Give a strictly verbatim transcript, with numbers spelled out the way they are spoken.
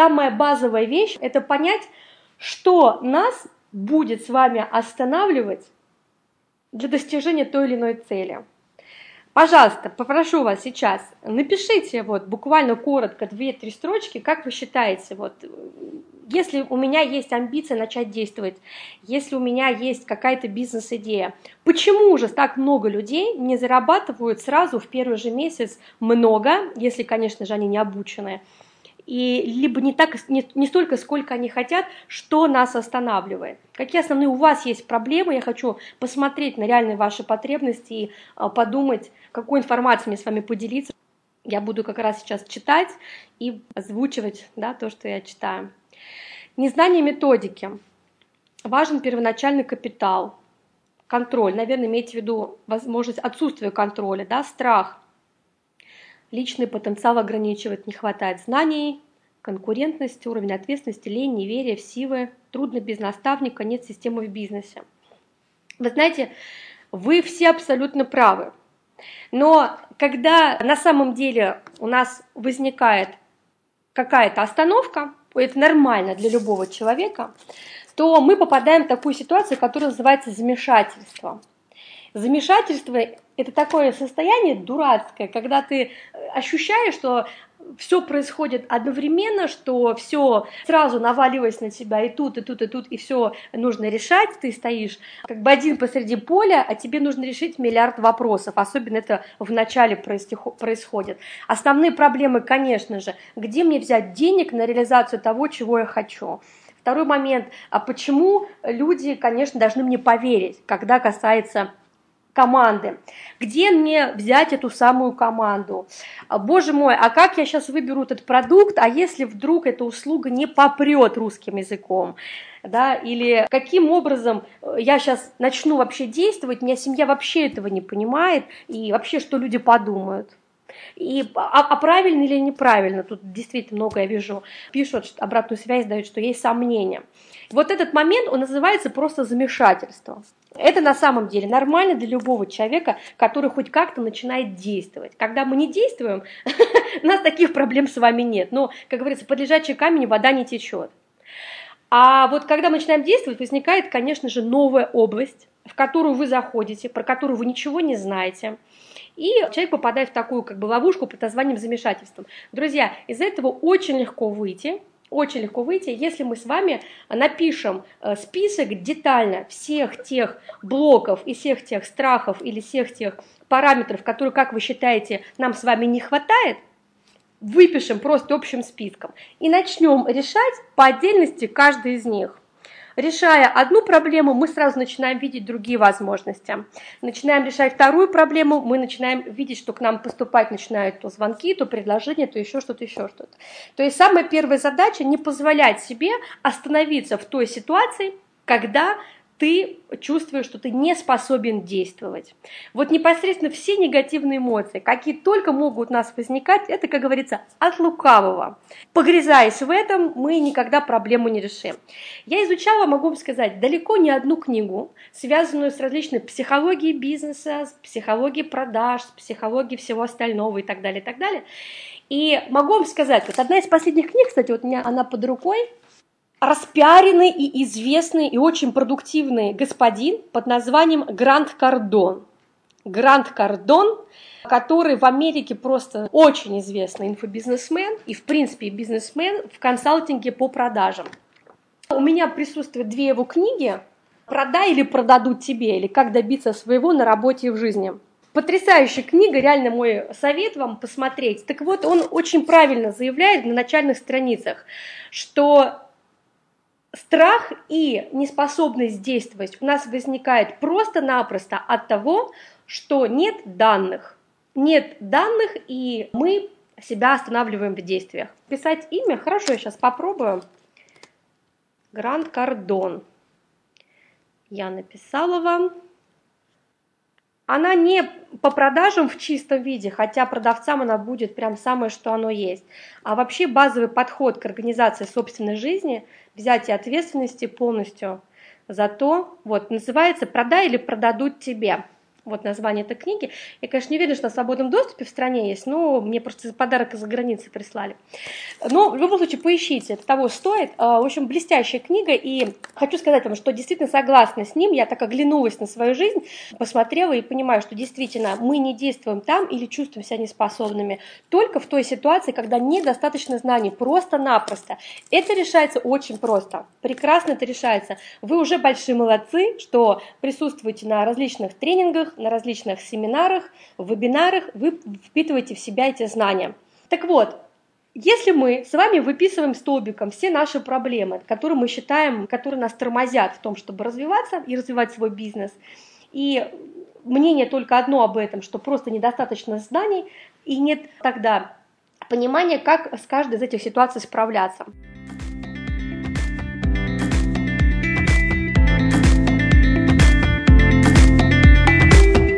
самая базовая вещь – это понять, что нас будет с вами останавливать для достижения той или иной цели. Пожалуйста, попрошу вас сейчас, напишите вот буквально коротко две-три строчки, как вы считаете, вот, если у меня есть амбиция начать действовать, если у меня есть какая-то бизнес-идея, почему же так много людей не зарабатывают сразу в первый же месяц много, если, конечно же, они не обучены, и либо не, так, не, не столько, сколько они хотят, что нас останавливает. Какие основные у вас есть проблемы, я хочу посмотреть на реальные ваши потребности и а, подумать, какой информацией мне с вами поделиться. Я буду как раз сейчас читать и озвучивать, да, то, что я читаю. Незнание методики. Важен первоначальный капитал, контроль, наверное, имейте в виду возможность отсутствия контроля, да, страх. Личный потенциал ограничивает, не хватает знаний, конкурентности, уровень ответственности, лень, неверие, силы, трудно без наставника, нет системы в бизнесе. Вы знаете, вы все абсолютно правы, но когда на самом деле у нас возникает какая-то остановка, это нормально для любого человека, то мы попадаем в такую ситуацию, которая называется замешательство. Замешательство – это такое состояние дурацкое, когда ты ощущаешь, что все происходит одновременно, что все сразу наваливается на тебя и тут, и тут, и тут, и все нужно решать. Ты стоишь как бы один посреди поля, а тебе нужно решить миллиард вопросов. Особенно это в начале происходит. Основные проблемы, конечно же, где мне взять денег на реализацию того, чего я хочу. Второй момент, а почему люди, конечно, должны мне поверить, когда касается команды. Где мне взять эту самую команду? Боже мой, а как я сейчас выберу этот продукт, а если вдруг эта услуга не попрет русским языком? Да, или каким образом я сейчас начну вообще действовать, у меня семья вообще этого не понимает, и вообще, что люди подумают. И, а, а правильно или неправильно, тут действительно много я вижу, пишут, обратную связь дают, что есть сомнения. Вот этот момент, он называется просто замешательство. Это на самом деле нормально для любого человека, который хоть как-то начинает действовать. Когда мы не действуем, у нас таких проблем с вами нет. Но, как говорится, под лежачий камень вода не течет. А вот когда мы начинаем действовать, возникает, конечно же, новая область, в которую вы заходите, про которую вы ничего не знаете. И человек попадает в такую как бы ловушку под названием замешательством. Друзья, из этого очень легко выйти. Очень легко выйти, если мы с вами напишем список детально всех тех блоков и всех тех страхов или всех тех параметров, которые, как вы считаете, нам с вами не хватает, выпишем просто общим списком и начнем решать по отдельности каждый из них. Решая одну проблему, мы сразу начинаем видеть другие возможности. Начинаем решать вторую проблему, мы начинаем видеть, что к нам поступать начинают то звонки, то предложения, то еще что-то, еще что-то. То есть самая первая задача – не позволять себе остановиться в той ситуации, когда ты чувствуешь, что ты не способен действовать. Вот непосредственно все негативные эмоции, какие только могут у нас возникать, это, как говорится, от лукавого. Погрязаясь в этом, мы никогда проблему не решим. Я изучала, могу вам сказать, далеко не одну книгу, связанную с различной психологией бизнеса, с психологией продаж, с психологией всего остального и так далее, и так далее. И могу вам сказать, вот одна из последних книг, кстати, вот у меня она под рукой, распиаренный и известный и очень продуктивный господин под названием Грант Кардон. Грант Кардон, который в Америке просто очень известный инфобизнесмен и, в принципе, бизнесмен в консалтинге по продажам. У меня присутствуют две его книги «Продай или продадут тебе» или «Как добиться своего на работе и в жизни». Потрясающая книга, реально мой совет вам посмотреть. Так вот, он очень правильно заявляет на начальных страницах, что страх и неспособность действовать у нас возникает просто-напросто от того, что нет данных. Нет данных, и мы себя останавливаем в действиях. Писать имя? Хорошо, я сейчас попробую. Грант Кардон. Я написала вам. Она не по продажам в чистом виде, хотя продавцам она будет прям самое, что оно есть. А вообще базовый подход к организации собственной жизни, взятие ответственности полностью за то, вот, называется «Продай или продадут тебе». Вот название этой книги. Я, конечно, не уверена, что на свободном доступе в стране есть, но мне просто подарок из-за границы прислали. Но в любом случае поищите, это того стоит. В общем, блестящая книга, и хочу сказать вам, что действительно согласна с ним. Я так оглянулась на свою жизнь, посмотрела и понимаю, что действительно мы не действуем там или чувствуем себя неспособными только в той ситуации, когда недостаточно знаний, просто-напросто. Это решается очень просто, прекрасно это решается. Вы уже большие молодцы, что присутствуете на различных тренингах, на различных семинарах, вебинарах, вы впитываете в себя эти знания. Так вот, если мы с вами выписываем столбиком все наши проблемы, которые мы считаем, которые нас тормозят в том, чтобы развиваться и развивать свой бизнес, и мнение только одно об этом, что просто недостаточно знаний, и нет тогда понимания, как с каждой из этих ситуаций справляться.